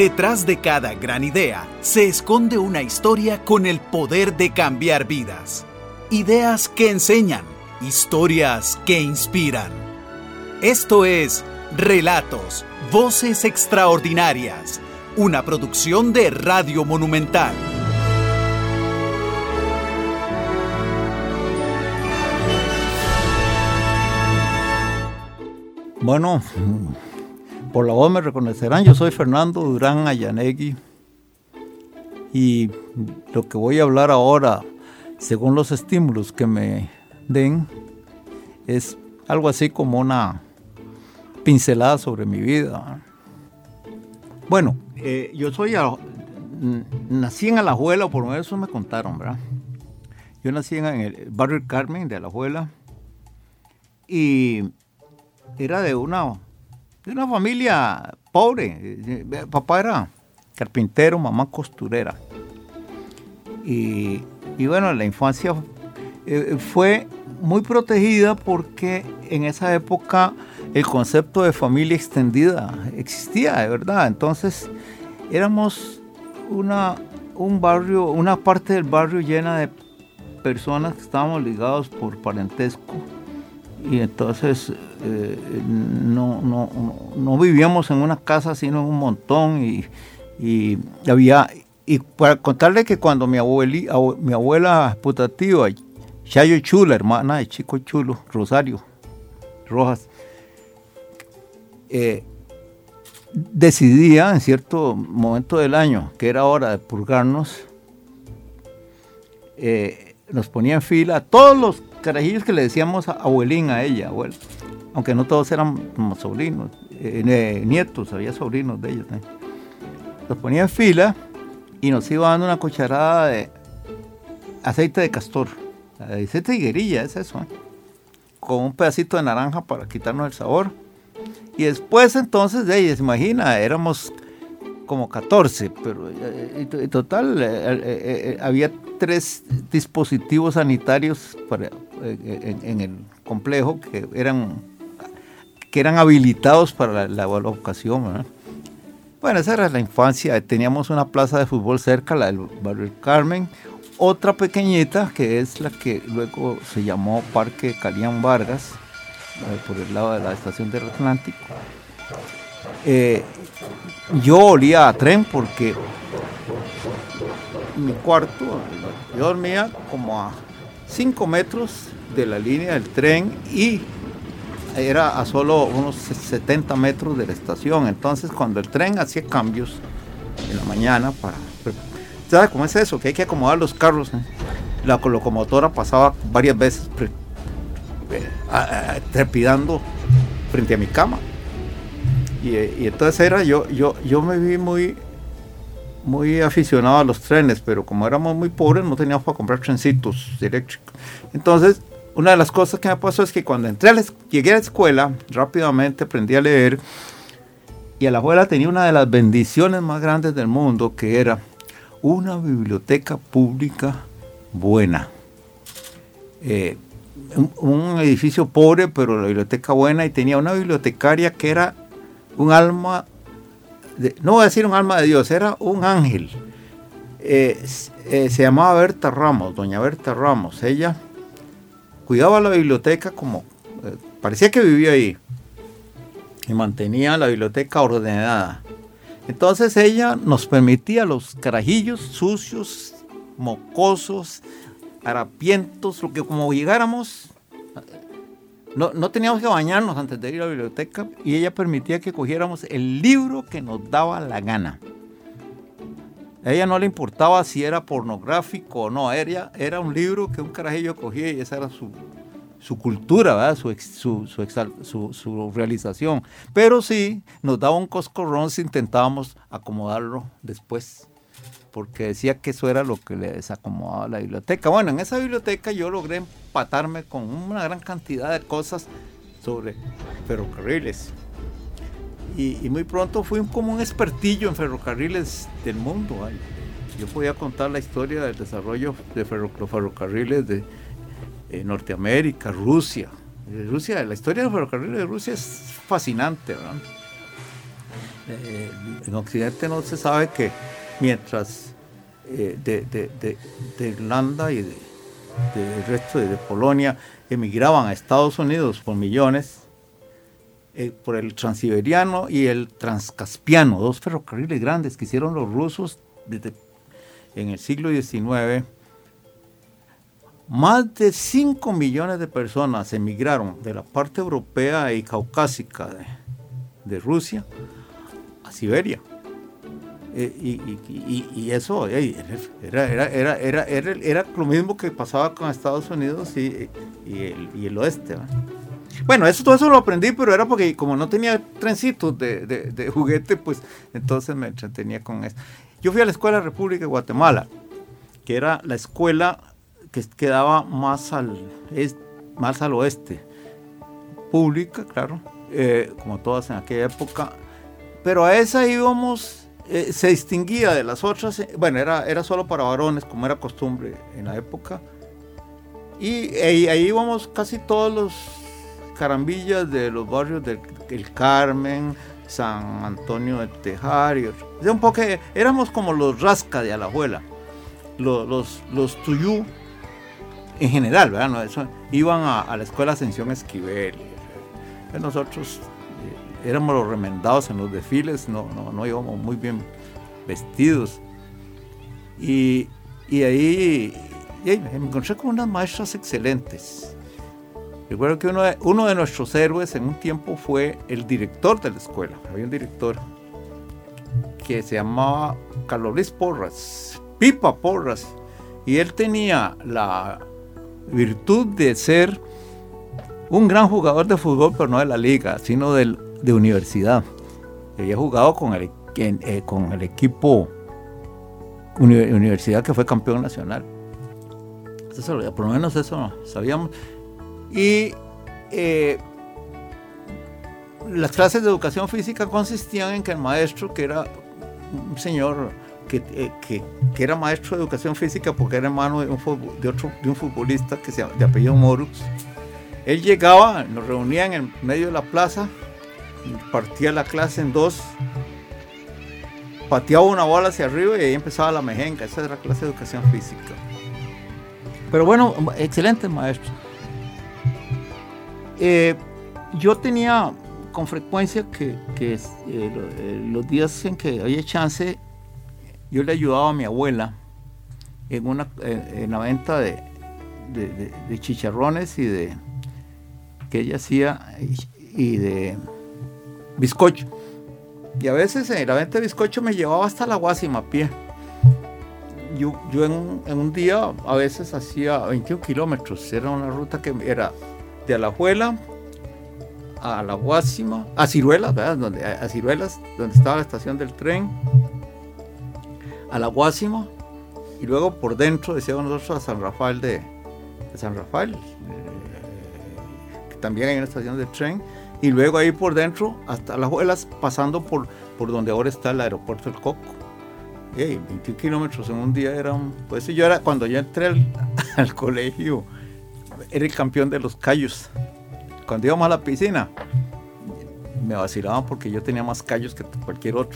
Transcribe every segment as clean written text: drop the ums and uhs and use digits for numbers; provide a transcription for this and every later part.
Detrás de cada gran idea se esconde una historia con el poder de cambiar vidas. Ideas que enseñan, historias que inspiran. Esto es Relatos, Voces Extraordinarias, una producción de Radio Monumental. Bueno, por la voz me reconocerán, yo soy Fernando Durán Ayanegui y lo que voy a hablar ahora, según los estímulos que me den, es algo así como una pincelada sobre mi vida. Bueno, nací en Alajuela, por lo menos eso me contaron, ¿verdad? Yo nací en el barrio El Carmen de Alajuela y era de una familia pobre. Papá era carpintero, mamá costurera. Y bueno, la infancia fue muy protegida porque en esa época el concepto de familia extendida existía, de verdad. Entonces éramos un barrio, una parte del barrio llena de personas que estábamos ligados por parentesco. Y entonces no vivíamos en una casa, sino en un montón. Y para contarle que cuando mi abuela putativa, Chayo Chula, hermana de Chico Chulo, Rosario Rojas, decidía en cierto momento del año que era hora de purgarnos, nos ponía en fila a todos los carajillos que le decíamos abuelín a ella, abuela, aunque no todos eran como sobrinos, nietos, había sobrinos de ellos. Los ponía en fila y nos iba dando una cucharada de aceite de castor, aceite de higuerilla, es eso, con un pedacito de naranja para quitarnos el sabor. Y después entonces, se imagina, éramos como 14, pero en total había 3 dispositivos sanitarios en el complejo que eran habilitados para la ocasión, ¿verdad? Bueno, esa era la infancia. Teníamos una plaza de fútbol cerca, la del barrio El Carmen, otra pequeñita que es la que luego se llamó Parque Calián Vargas, por el lado de la estación del Atlántico. Yo olía a tren porque mi cuarto, yo dormía como a 5 metros de la línea del tren y era a solo unos 70 metros de la estación. Entonces cuando el tren hacía cambios en la mañana ¿sabes cómo es eso? Que hay que acomodar los carros, La locomotora pasaba varias veces trepidando frente a mi cama. Y entonces yo me vi muy aficionado a los trenes, pero como éramos muy pobres no teníamos para comprar trencitos eléctricos. Entonces, una de las cosas que me pasó es que cuando llegué a la escuela, rápidamente aprendí a leer, y Alajuela tenía una de las bendiciones más grandes del mundo, que era una biblioteca pública buena. Un edificio pobre, pero la biblioteca buena, y tenía una bibliotecaria que era un alma, no voy a decir un alma de Dios, era un ángel. Se llamaba Berta Ramos, doña Berta Ramos. Ella cuidaba la biblioteca como, parecía que vivía ahí, y mantenía la biblioteca ordenada. Entonces ella nos permitía a los carajillos sucios, mocosos, harapientos, lo que como llegáramos, no teníamos que bañarnos antes de ir a la biblioteca, y ella permitía que cogiéramos el libro que nos daba la gana. A ella no le importaba si era pornográfico o no, era un libro que un carajillo cogía y esa era su cultura, ¿verdad? Su realización. Pero sí, nos daba un coscorrón si intentábamos acomodarlo después, porque decía que eso era lo que le desacomodaba la biblioteca. Bueno, en esa biblioteca yo logré empatarme con una gran cantidad de cosas sobre ferrocarriles. Y muy pronto fui como un expertillo en ferrocarriles del mundo. Yo podía contar la historia del desarrollo de los ferrocarriles de Norteamérica, Rusia. La historia de los ferrocarriles de Rusia es fascinante, ¿verdad? En Occidente no se sabe que mientras de Irlanda y del resto de Polonia emigraban a Estados Unidos por millones, por el Transiberiano y el Transcaspiano, 2 ferrocarriles grandes que hicieron los rusos en el siglo XIX. Más de 5 millones de personas emigraron de la parte europea y caucásica de Rusia a Siberia. Y eso era lo mismo que pasaba con Estados Unidos y el oeste, ¿verdad? Bueno, todo eso lo aprendí, pero era porque como no tenía trencitos de juguete, pues entonces me entretenía con eso. Yo fui a la Escuela República de Guatemala, que era la escuela que quedaba más al oeste, pública, claro, como todas en aquella época, pero a esa íbamos, se distinguía de las otras, bueno, era solo para varones, como era costumbre en la época, y ahí íbamos casi todos los carambillas de los barrios del Carmen, San Antonio de Tejar y otros. Un poco, éramos como los Rasca de Alajuela, los Tuyú en general, ¿verdad? No, eso, iban a la escuela Ascensión Esquivel. Nosotros éramos los remendados en los desfiles, no íbamos muy bien vestidos. Y ahí me encontré con unas maestras excelentes. Recuerdo que uno de nuestros héroes en un tiempo fue el director de la escuela. Había un director que se llamaba Carlos Luis Porras, Pipa Porras, y él tenía la virtud de ser un gran jugador de fútbol, pero no de la liga, sino de universidad. Había jugado con el equipo universidad que fue campeón nacional. Entonces, por lo menos eso sabíamos. Y las clases de educación física consistían en que el maestro, que era un señor que era maestro de educación física porque era hermano de un futbolista de apellido Morus, él llegaba, nos reunía en el medio de la plaza, partía la clase en 2, pateaba una bola hacia arriba y ahí empezaba la mejenga. Esa era la clase de educación física. Pero bueno, excelente maestro. Yo tenía con frecuencia que los días en que había chance, yo le ayudaba a mi abuela en la venta de chicharrones que ella hacía y de bizcocho. Y a veces en la venta de bizcocho me llevaba hasta la Guásima a pie. Yo en un día a veces hacía 21 kilómetros. Era una ruta que era de Alajuela a la Guásima, a Ciruelas, ¿verdad? A Ciruelas, donde estaba la estación del tren, a la Guásima, y luego por dentro, decíamos nosotros, a San Rafael que también hay una estación de tren, y luego ahí por dentro hasta Alajuelas, pasando por donde ahora está el aeropuerto del Coco. Y 21 kilómetros en un día pues cuando yo entré al colegio, era el campeón de los callos. Cuando íbamos a la piscina, me vacilaban porque yo tenía más callos que cualquier otro.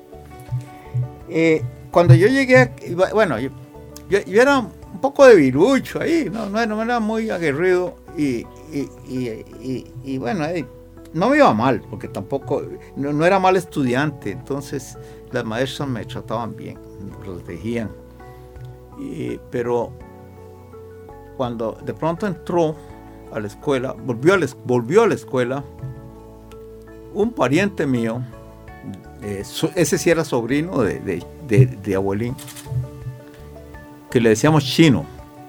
Cuando yo llegué, bueno, yo era un poco debilucho ahí, no era muy aguerrido y bueno, no me iba mal, porque tampoco, no era mal estudiante, entonces las maestras me trataban bien, me protegían. Pero cuando de pronto entró a la escuela, volvió a la escuela, un pariente mío, ese sí era sobrino de abuelín, que le decíamos Chino.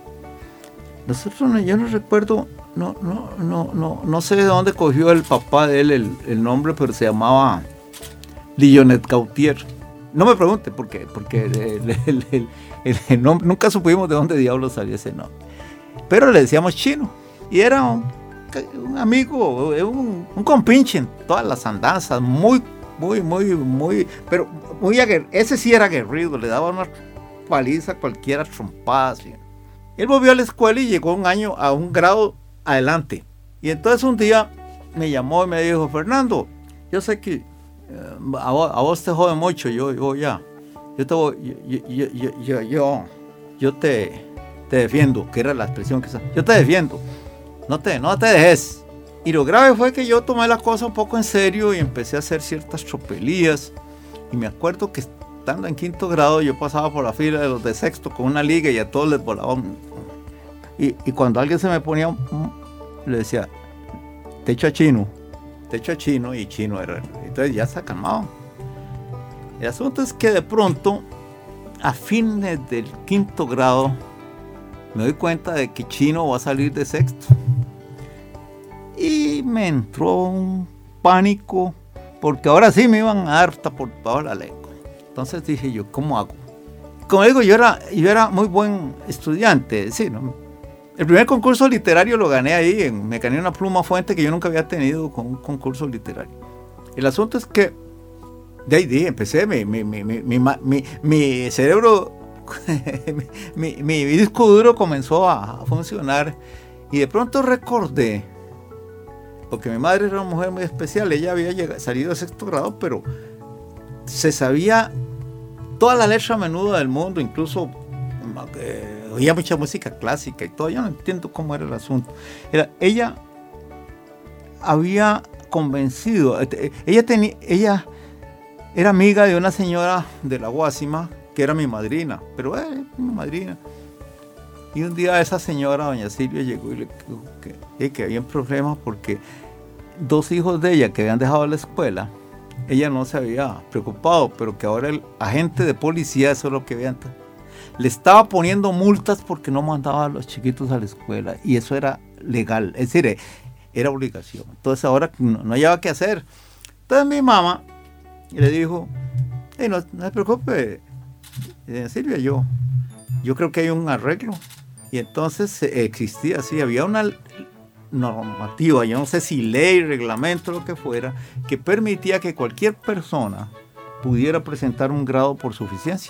Yo no recuerdo, no sé de dónde cogió el papá de él el nombre, pero se llamaba Lillonet Gautier. No me pregunte porque el nombre, nunca supimos de dónde diablos salió ese nombre. Pero le decíamos Chino. Y era un amigo, un compinche en todas las andanzas, pero muy aguerrido. Ese sí era aguerrido, le daba una paliza a cualquiera, trompadas. Él volvió a la escuela y llegó a un grado adelante. Y entonces un día me llamó y me dijo: Fernando, yo sé que a vos te jode mucho, yo te defiendo, que era la expresión que yo te defiendo, no te dejes. Y lo grave fue que yo tomé la cosa un poco en serio y empecé a hacer ciertas tropelías. Y me acuerdo que estando en 5º grado yo pasaba por la fila de los de 6º con una liga y a todos les volaban. Y cuando alguien se me ponía, le decía, techo a chino, y chino era. Entonces ya se calmaba. El asunto es que de pronto, a fines del 5º grado, me doy cuenta de que chino va a salir de 6º. Y me entró un pánico, porque ahora sí me iban a dar hasta por toda la lengua. Entonces dije yo, ¿cómo hago? Como digo, yo era muy buen estudiante, sí, ¿no? El primer concurso literario lo gané ahí, me gané una pluma fuente que yo nunca había tenido con un concurso literario. El asunto es que de ahí empecé, mi cerebro, mi disco duro comenzó a funcionar y de pronto recordé, porque mi madre era una mujer muy especial, ella había salido de 6º grado, pero se sabía toda la letra menuda del mundo, incluso oía mucha música clásica y todo. Yo no entiendo cómo era el asunto. Ella había convencido, ella era amiga de una señora de la Guásima que era mi madrina, pero mi madrina. Y un día esa señora, doña Silvia, llegó y le dijo que había un problema porque 2 hijos de ella que habían dejado la escuela, ella no se había preocupado, pero que ahora el agente de policía, eso es lo que vean, le estaba poniendo multas porque no mandaba a los chiquitos a la escuela, y eso era legal, es decir, era obligación. Entonces ahora no había qué hacer. Entonces mi mamá le dijo, no se preocupe, Silvia, yo creo que hay un arreglo. Y entonces existía, sí, había una normativa, yo no sé si ley, reglamento, lo que fuera, que permitía que cualquier persona pudiera presentar un grado por suficiencia,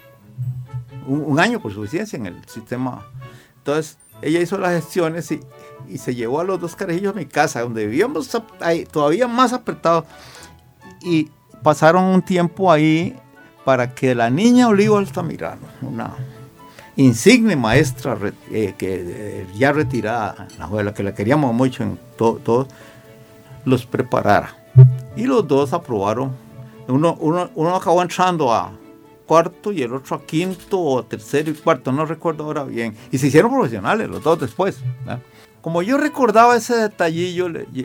un año por suficiencia en el sistema. Entonces ella hizo las gestiones y se llevó a los 2 carajillos a mi casa, donde vivíamos ahí, todavía más apretados, y pasaron un tiempo ahí para que la niña Oliva Altamirano, una insigne maestra ya retirada, la abuela, que la queríamos mucho en todos, los preparara. Y los 2 aprobaron. Uno acabó entrando a 4º y el otro a 5º o 3º y 4º, no recuerdo ahora bien. Y se hicieron profesionales los 2 después, ¿verdad? Como yo recordaba ese detallillo,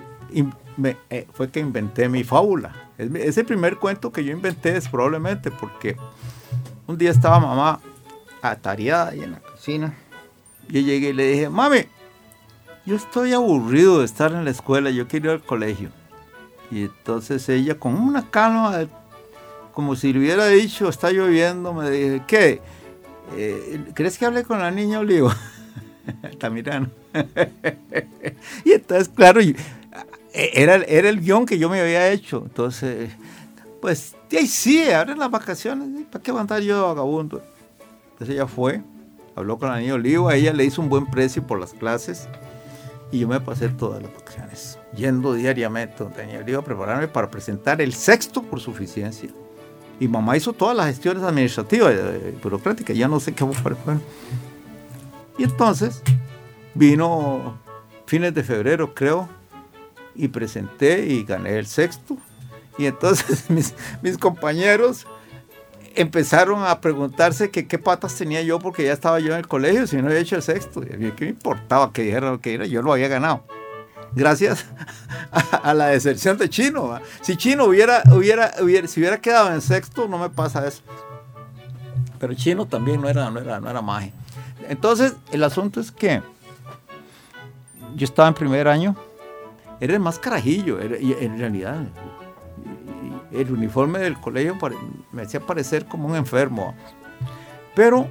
fue que inventé mi fábula. Es el primer cuento que yo inventé, probablemente, porque un día estaba mamá atareada ahí en la cocina. Yo llegué y le dije, mami, yo estoy aburrido de estar en la escuela, yo quiero ir al colegio. Y entonces ella, con una calma, como si le hubiera dicho, está lloviendo, me dije, ¿qué? ¿Crees que hable con la niña Oliva? Está mirando. Y entonces, claro, era el guión que yo me había hecho. Entonces, pues, sí, abren las vacaciones, ¿para qué va a andar yo vagabundo? Entonces ella fue, habló con la niña Oliva, ella le hizo un buen precio por las clases y yo me pasé todas las vacaciones yendo diariamente donde la niña Oliva a prepararme para presentar el 6º por suficiencia. Y mamá hizo todas las gestiones administrativas, burocráticas, ya no sé qué fue. Y entonces vino fines de febrero, creo, y presenté y gané el 6º. Y entonces mis compañeros empezaron a preguntarse que qué patas tenía yo, porque ya estaba yo en el colegio, si no había hecho el 6º. Y a mí qué me importaba que dijeran lo que era, yo lo había ganado. Gracias a la deserción de Chino, ¿va? Si Chino si hubiera quedado en 6º, no me pasa eso. Pero Chino también no era maje. Entonces, el asunto es que yo estaba en primer año, era el más carajillo, y en realidad el uniforme del colegio me hacía parecer como un enfermo. Pero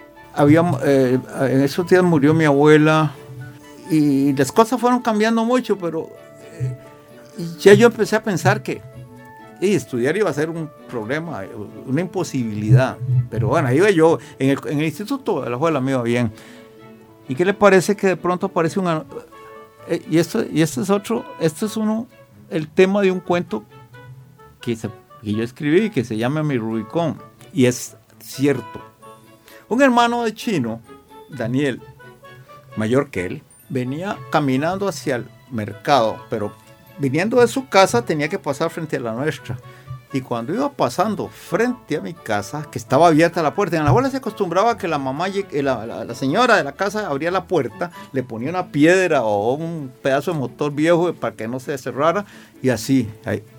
en esos días murió mi abuela y las cosas fueron cambiando mucho, pero ya yo empecé a pensar que estudiar iba a ser un problema, una imposibilidad. Pero bueno, ahí iba yo, en el instituto de la abuela me iba bien. ¿Y qué le parece que de pronto aparece el tema de un cuento que yo escribí, que se llama Mi Rubicón. Y es cierto. Un hermano de Chino, Daniel, mayor que él, venía caminando hacia el mercado, pero viniendo de su casa tenía que pasar frente a la nuestra. Y cuando iba pasando frente a mi casa, que estaba abierta la puerta, en la abuela se acostumbraba que la mamá, la señora de la casa abría la puerta, le ponía una piedra o un pedazo de motor viejo para que no se cerrara, y así.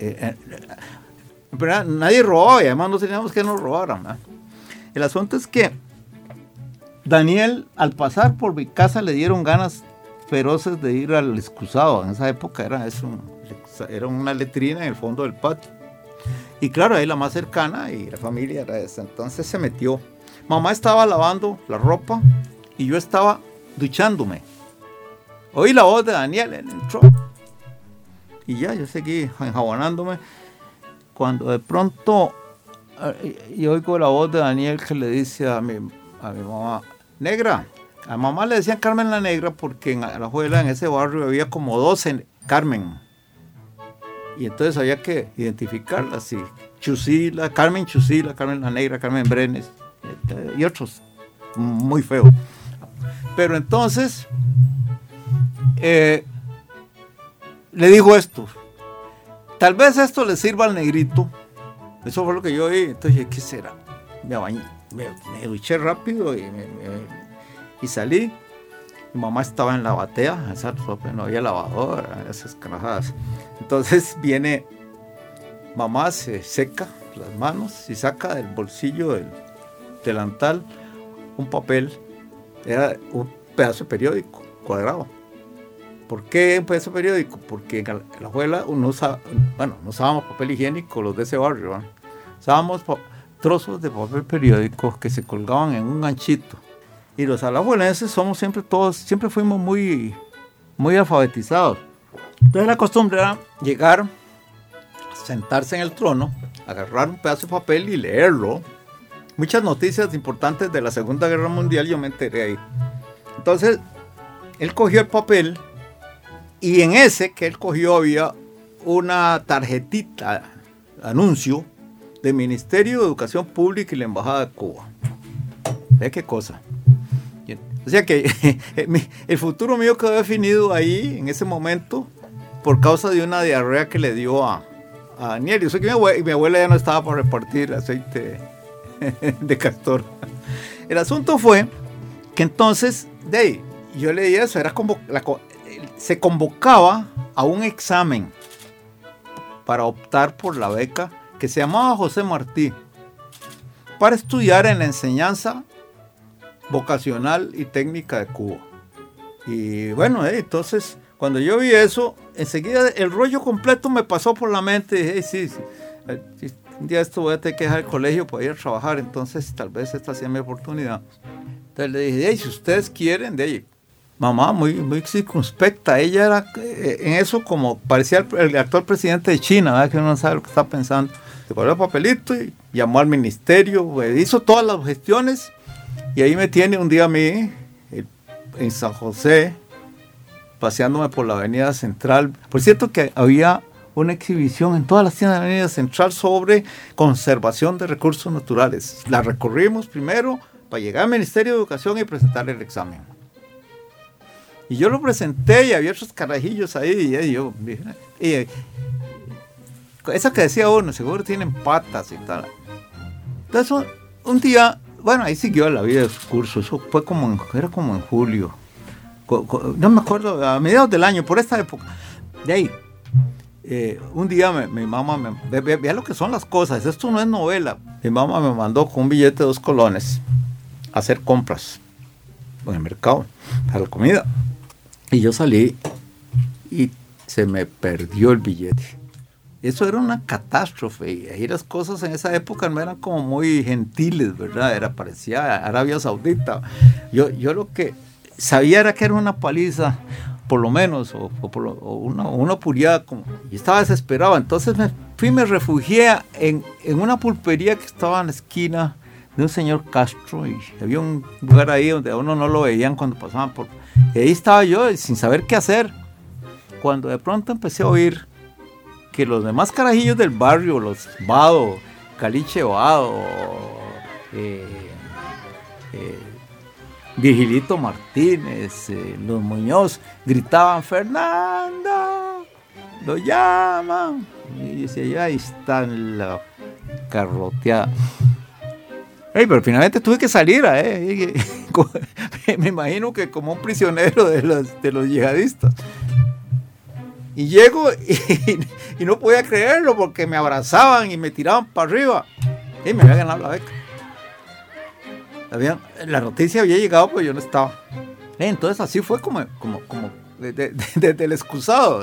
Pero nadie robaba y además no teníamos que nos robaran, ¿no? El asunto es que Daniel, al pasar por mi casa, le dieron ganas feroces de ir al excusado. En esa época era una letrina en el fondo del patio. Y claro, ahí la más cercana y la familia era esa. Entonces se metió. Mamá estaba lavando la ropa y yo estaba duchándome. Oí la voz de Daniel, él entró. Y ya, yo seguí enjabonándome. Cuando de pronto yo oigo la voz de Daniel que le dice a mi mamá, Negra. A mamá le decían Carmen la Negra porque en Alajuela, en ese barrio, había como 12 Carmen. Y entonces había que identificarlas, sí. Chusila, Carmen la Negra, Carmen Brenes y otros muy feos. Pero entonces le dijo esto: tal vez esto le sirva al negrito. Eso fue lo que yo oí. Entonces, ¿qué será? Me bañé, me duché rápido y salí. Mi mamá estaba en la batea, no había lavadora, esas carajadas. Entonces viene mamá, se seca las manos y saca del bolsillo del delantal un papel. Era un pedazo de periódico cuadrado. ¿Por qué un pedazo de periódico? Porque en la abuela no usábamos papel higiénico los de ese barrio, ¿no? Usábamos trozos de papel periódico que se colgaban en un ganchito. Y los alajuelenses siempre fuimos muy, muy alfabetizados. Entonces la costumbre era llegar, sentarse en el trono, agarrar un pedazo de papel y leerlo. Muchas noticias importantes de la Segunda Guerra Mundial yo me enteré ahí. Entonces él cogió el papel y en ese que él cogió había una tarjetita, anuncio del Ministerio de Educación Pública y la Embajada de Cuba. ¿Ve qué cosa? O sea que el futuro mío quedó definido ahí, en ese momento, por causa de una diarrea que le dio a Daniel. Yo sé que mi abuela ya no estaba para repartir aceite de castor. El asunto fue que entonces, yo leí eso, se convocaba a un examen para optar por la beca que se llamaba José Martí, para estudiar en la enseñanza vocacional y técnica de Cuba. Y bueno, entonces cuando yo vi eso, enseguida el rollo completo me pasó por la mente y dije, sí, un día esto voy a tener que dejar el colegio para ir a trabajar, entonces tal vez esta sea mi oportunidad. Entonces le dije, si ustedes quieren, mamá muy, muy circunspecta, ella era en eso como parecía el actual presidente de China, ¿verdad? Que uno no sabe lo que está pensando. Se colgó el papelito y llamó al ministerio, hizo todas las gestiones. Y ahí me tiene un día a mí, en San José, paseándome por la Avenida Central. Por cierto que había una exhibición en todas las tiendas de la Avenida Central sobre conservación de recursos naturales. La recorrimos primero para llegar al Ministerio de Educación y presentar el examen. Y yo lo presenté y había otros carajillos ahí. Y yo, eso que decía uno, seguro tienen patas y tal. Entonces un día... Bueno, ahí siguió la vida de su curso. Eso fue era como en julio. No me acuerdo, a mediados del año, por esta época. De ahí, un día mi mamá, vea lo que son las cosas, esto no es novela. Mi mamá me mandó con un billete de 2 colones a hacer compras en el mercado para la comida. Y yo salí y se me perdió el billete. Eso era una catástrofe, y ahí las cosas en esa época no eran como muy gentiles, ¿verdad? Parecía Arabia Saudita. Yo lo que sabía era que era una paliza, por lo menos, o una puriada, y estaba desesperado. Entonces me refugié en una pulpería que estaba en la esquina de un señor Castro, y había un lugar ahí donde a uno no lo veían cuando pasaban por... Y ahí estaba yo sin saber qué hacer, cuando de pronto empecé a oír que los demás carajillos del barrio, los Vado, Caliche Vado, Virgilito Martínez, los Muñoz, gritaban: ¡Fernando! ¡Lo llaman! Y decía: ya ahí está la carroteada. Pero finalmente tuve que salir, me imagino que como un prisionero de los yihadistas. Y llego y no podía creerlo porque me abrazaban y me tiraban para arriba. Y me había ganado la beca. La noticia había llegado, pero yo no estaba. Entonces así fue como desde el excusado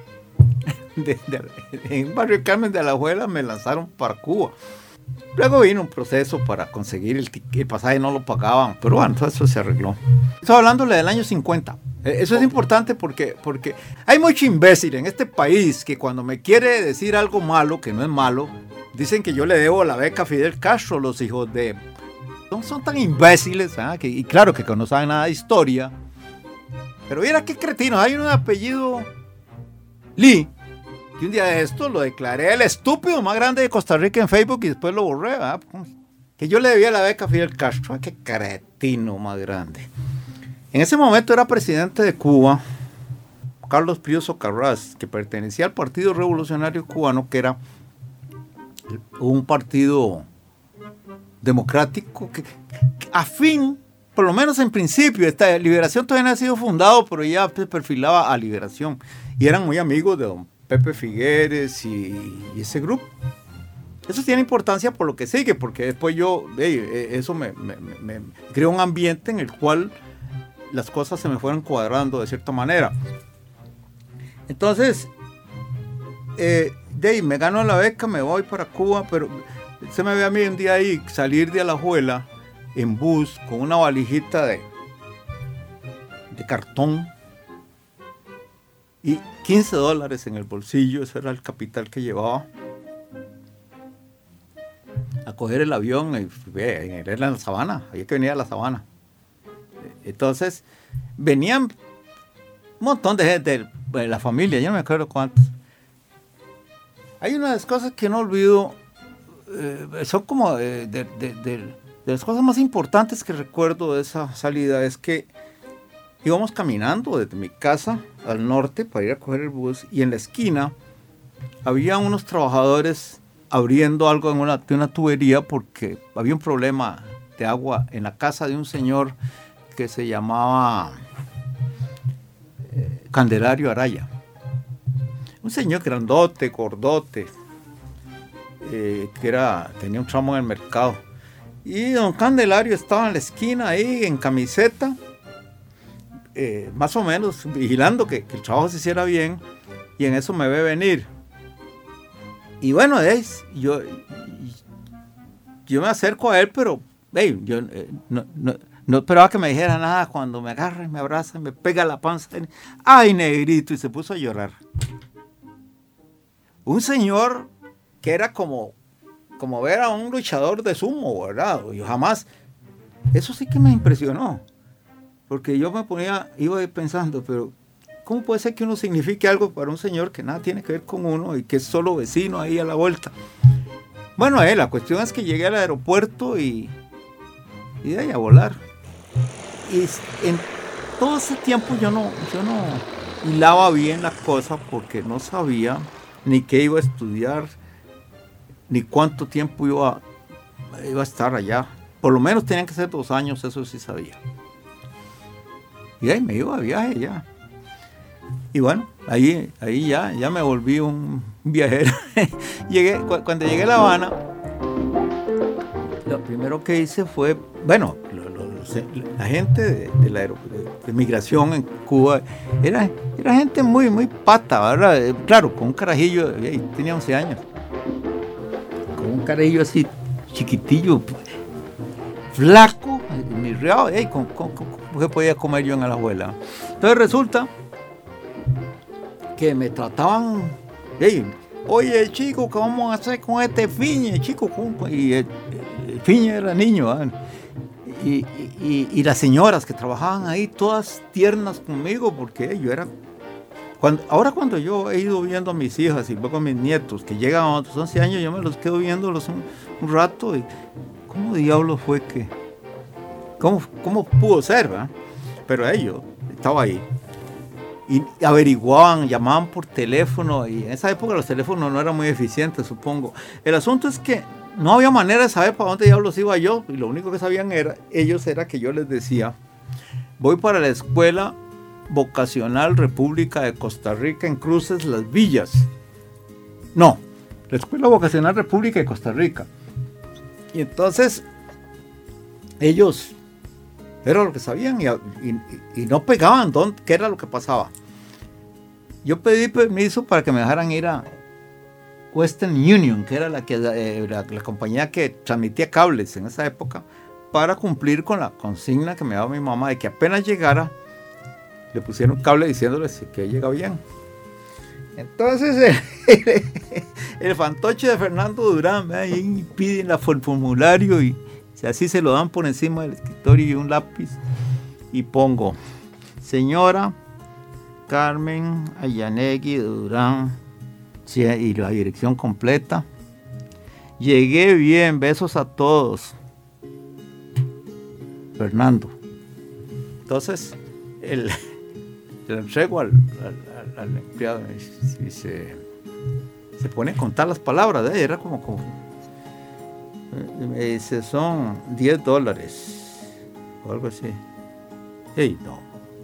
en Barrio Carmen de Alajuela me lanzaron para Cuba. Luego vino un proceso para conseguir el pasaje, no lo pagaban, pero bueno, todo eso se arregló. Estoy hablándole del año 50. Eso es importante porque hay mucho imbécil en este país que cuando me quiere decir algo malo, que no es malo, dicen que yo le debo la beca a Fidel Castro, los hijos de... Son tan imbéciles, y claro que no saben nada de historia. Pero mira qué cretinos, hay un apellido Lee, que un día de esto lo declaré el estúpido más grande de Costa Rica en Facebook y después lo borré, que yo le debía la beca a Fidel Castro. Qué cretino más grande. En ese momento era presidente de Cuba Carlos Pío Socarrás, que pertenecía al Partido Revolucionario Cubano, que era un partido democrático que afín, por lo menos en principio, esta Liberación todavía no ha sido fundado, pero ya se perfilaba a Liberación, y eran muy amigos de don Pepe Figueres y ese grupo. Eso tiene importancia por lo que sigue, porque después eso me creó un ambiente en el cual las cosas se me fueron cuadrando de cierta manera. Entonces, me gano la beca, me voy para Cuba, pero se me ve a mí un día ahí salir de Alajuela en bus con una valijita de cartón y $15 en el bolsillo. Ese era el capital que llevaba, a coger el avión. Era en la Sabana, había que venir a la Sabana. Entonces venían un montón de gente de la familia, yo no me acuerdo cuántos. Hay una de las cosas que no olvido, son como de las cosas más importantes que recuerdo de esa salida, es que íbamos caminando desde mi casa al norte para ir a coger el bus, y en la esquina había unos trabajadores abriendo algo de una tubería porque había un problema de agua en la casa de un señor que se llamaba Candelario Araya. Un señor grandote, gordote, que tenía un tramo en el mercado. Y don Candelario estaba en la esquina ahí en camiseta, más o menos vigilando que el trabajo se hiciera bien, y en eso me ve venir. Y bueno, yo me acerco a él, pero yo no esperaba que me dijera nada. Cuando me agarra y me abraza, me pega la panza, ¡ay, negrito! Y se puso a llorar. Un señor que era como ver a un luchador de sumo, ¿verdad? Yo jamás, eso sí que me impresionó, porque yo iba pensando, pero ¿cómo puede ser que uno signifique algo para un señor que nada tiene que ver con uno y que es solo vecino ahí a la vuelta? Bueno, la cuestión es que llegué al aeropuerto y de ahí a volar. Y en todo ese tiempo yo no hilaba bien las cosas, porque no sabía ni qué iba a estudiar, ni cuánto tiempo iba a estar allá. Por lo menos tenían que ser 2 años, eso sí sabía. Y ahí me iba de viaje ya. Y bueno, ahí ya me volví un viajero. Cuando llegué a La Habana, lo primero que hice fue, la gente de migración en Cuba era gente muy, muy pata, ¿verdad? Claro, con un carajillo, tenía 11 años, con un carajillo así chiquitillo, flaco, mirreado, ¿qué podía comer yo en la abuela? Entonces resulta que me trataban, oye, chico, ¿qué vamos a hacer con este Fiñe, chico? Y el Fiñe era niño, ¿verdad? Y las señoras que trabajaban ahí, todas tiernas conmigo, porque yo era Cuando yo he ido viendo a mis hijas y luego a mis nietos que llegan a otros 11 años, yo me los quedo viéndolos un rato y ¿cómo diablos fue que? ¿Cómo pudo ser, verdad? Pero ellos estaban ahí y averiguaban, llamaban por teléfono, y en esa época los teléfonos no eran muy eficientes, supongo. El asunto es que no había manera de saber para dónde diablos iba yo, y lo único que sabían ellos era que yo les decía: voy para la escuela vocacional República de Costa Rica en Cruces Las Villas. No, la escuela vocacional República de Costa Rica. Y entonces ellos era lo que sabían y no pegaban qué era lo que pasaba. Yo pedí permiso para que me dejaran ir a Western Union, que era la compañía que transmitía cables en esa época, para cumplir con la consigna que me daba mi mamá de que apenas llegara le pusieron un cable diciéndoles que llega bien. Entonces el fantoche de Fernando Durán, ahí piden el formulario y así se lo dan por encima del escritorio y un lápiz, y pongo: señora Carmen Ayanegui Durán, y la dirección completa. Llegué bien, besos a todos. Fernando. Entonces le entrego al empleado y se pone a contar las palabras, era como me dice: son $10 o algo así. Hey, no.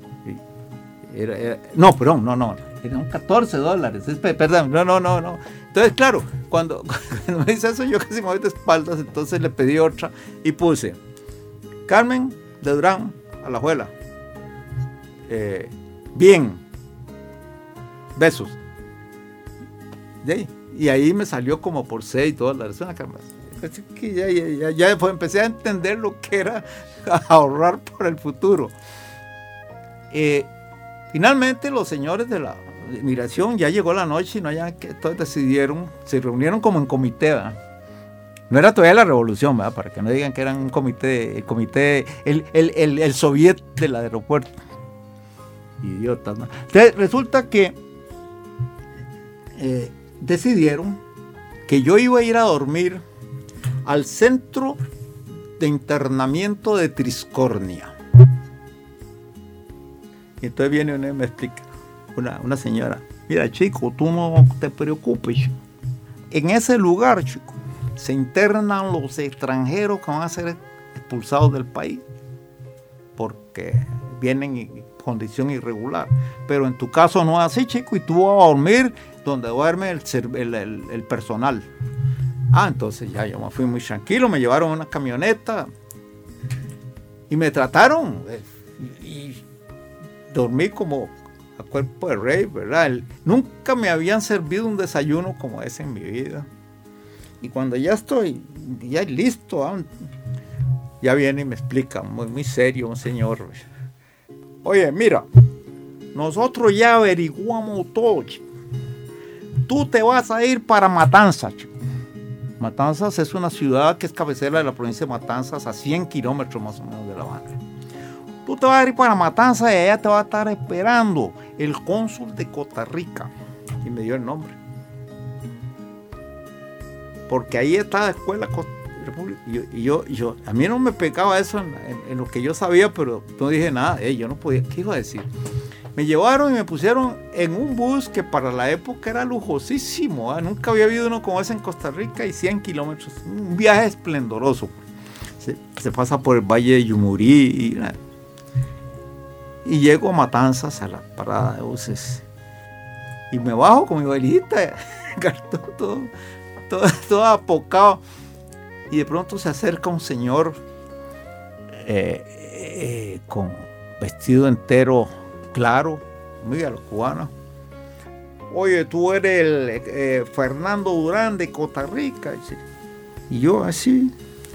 No, eran $14. Perdón, no. Entonces, claro, cuando me dice eso, yo casi me voy de espaldas. Entonces le pedí otra y puse: Carmen de Durán, Alajuela. Bien, besos. Y ahí me salió como por $6. Una cama. Ya después empecé a entender lo que era ahorrar por el futuro. Finalmente los señores de la migración, ya llegó la noche y entonces se reunieron como en comité, ¿verdad? No era todavía la revolución, ¿verdad? Para que no digan que eran un comité, el soviet del aeropuerto. Idiotas, ¿no? Entonces resulta que decidieron que yo iba a ir a dormir al centro de internamiento de Triscornia. Y entonces viene una y me explica, una señora: mira, chico, tú no te preocupes, chico. En ese lugar, chico, se internan los extranjeros que van a ser expulsados del país porque vienen en condición irregular. Pero en tu caso no es así, chico, y tú vas a dormir donde duerme el personal. Entonces ya yo me fui muy tranquilo, me llevaron una camioneta y me trataron y dormí como a cuerpo de rey, ¿verdad? Nunca me habían servido un desayuno como ese en mi vida. Y cuando ya estoy ya listo, ya viene y me explica muy serio un señor: oye, mira, nosotros ya averiguamos todo, chico. Tú te vas a ir para Matanzas, chico. Matanzas es una ciudad que es cabecera de la provincia de Matanzas, a 100 kilómetros más o menos de La Habana. Tú te vas a ir para Matanzas y allá te va a estar esperando el cónsul de Costa Rica. Y me dio el nombre. Porque ahí está la escuela República. Y yo, a mí no me pegaba eso en lo que yo sabía, pero no dije nada. Yo no podía. ¿Qué iba a decir? Me llevaron y me pusieron en un bus que para la época era lujosísimo, ¿eh? Nunca había habido uno como ese en Costa Rica, y 100 kilómetros. Un viaje esplendoroso. Se pasa por el Valle de Yumurí y llego a Matanzas, a la parada de buses. Y me bajo con mi valijita, cartón, todo apocado. Y de pronto se acerca un señor con vestido entero claro, muy a la cubana. Oye, tú eres el Fernando Durán de Costa Rica. Y yo así,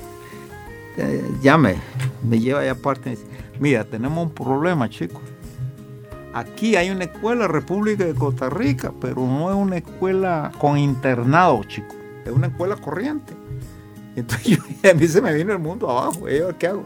ya me lleva allá aparte y dice: mira, tenemos un problema, chicos. Aquí hay una escuela República de Costa Rica, pero no es una escuela con internado, chicos. Es una escuela corriente. Entonces a mí se me vino el mundo abajo. ¿Qué hago?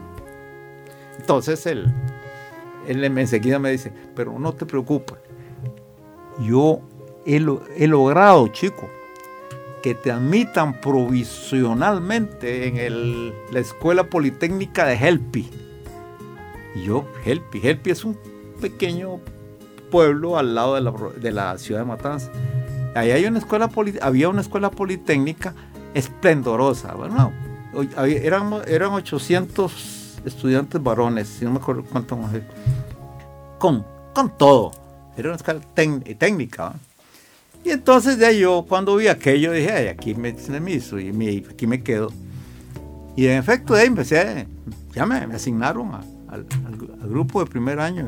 Entonces él enseguida me dice: pero no te preocupes. yo he logrado, chico, que te admitan provisionalmente en la Escuela Politécnica de Helpi. Y yo, Helpi es un pequeño pueblo al lado de la ciudad de Matanzas. Ahí hay había una escuela politécnica esplendorosa. Bueno, eran 800 estudiantes varones, si no me acuerdo cuántos mujeres, con todo. Era una escuela técnica, ¿no? Y entonces de ahí yo, cuando vi aquello, dije, ay, aquí me aquí me quedo. Y en efecto de ahí empecé, ya me asignaron al grupo de primer año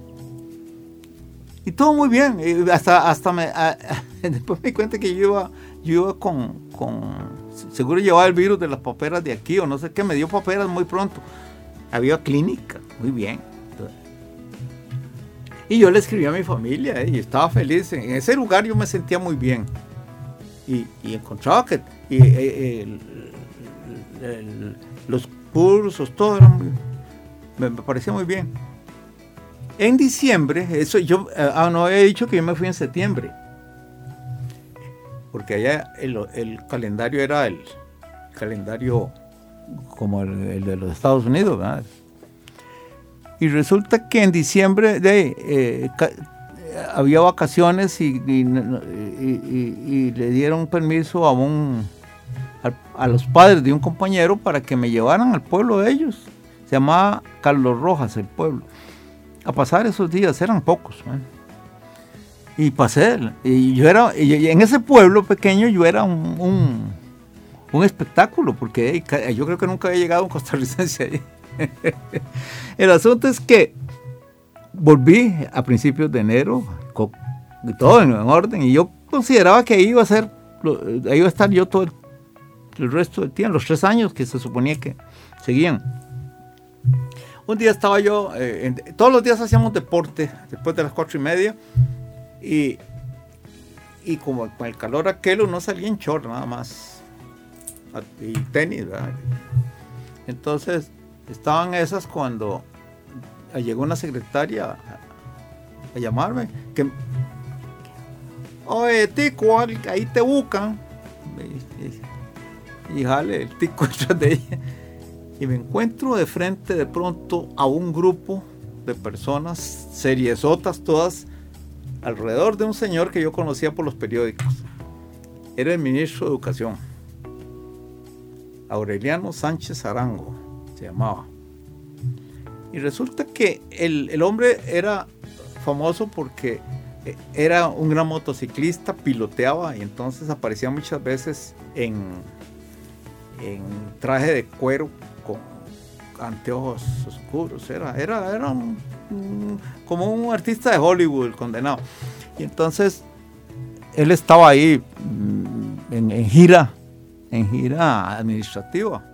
y todo muy bien. Y después me di cuenta que yo iba con seguro llevaba el virus de las paperas de aquí o no sé qué, me dio paperas muy pronto. Había clínica, muy bien. Y yo le escribí a mi familia y estaba feliz. En ese lugar yo me sentía muy bien. Y encontraba que los cursos, todo era me parecía muy bien. En diciembre, eso yo no había dicho que yo me fui en septiembre. Porque allá el calendario era el calendario como el de los Estados Unidos, ¿verdad? Y resulta que en diciembre había vacaciones y le dieron permiso a los padres de un compañero para que me llevaran al pueblo de ellos. Se llamaba Carlos Rojas el pueblo. A pasar esos días, eran pocos, ¿eh? Y pasé, y en ese pueblo pequeño yo era un espectáculo, porque yo creo que nunca había llegado un costarricense ahí. El asunto es que volví a principios de enero, todo en orden, y yo consideraba que ahí iba a estar yo todo el resto del tiempo, los 3 años que se suponía que seguían. Un día estaba yo, todos los días hacíamos deporte, después de las 4:30, y como con el calor aquel uno salía en short nada más, y tenis, ¿verdad? Entonces estaban esas cuando llegó una secretaria a llamarme, oye Tico, ahí te buscan, y jale el Tico detrás de ella, y me encuentro de frente de pronto a un grupo de personas seriesotas todas alrededor de un señor que yo conocía por los periódicos. Era el ministro de Educación, Aureliano Sánchez Arango se llamaba. Y resulta que el hombre era famoso porque era un gran motociclista, piloteaba y entonces aparecía muchas veces en traje de cuero con anteojos oscuros. Era como un artista de Hollywood, el condenado. Y entonces él estaba ahí en gira administrativa.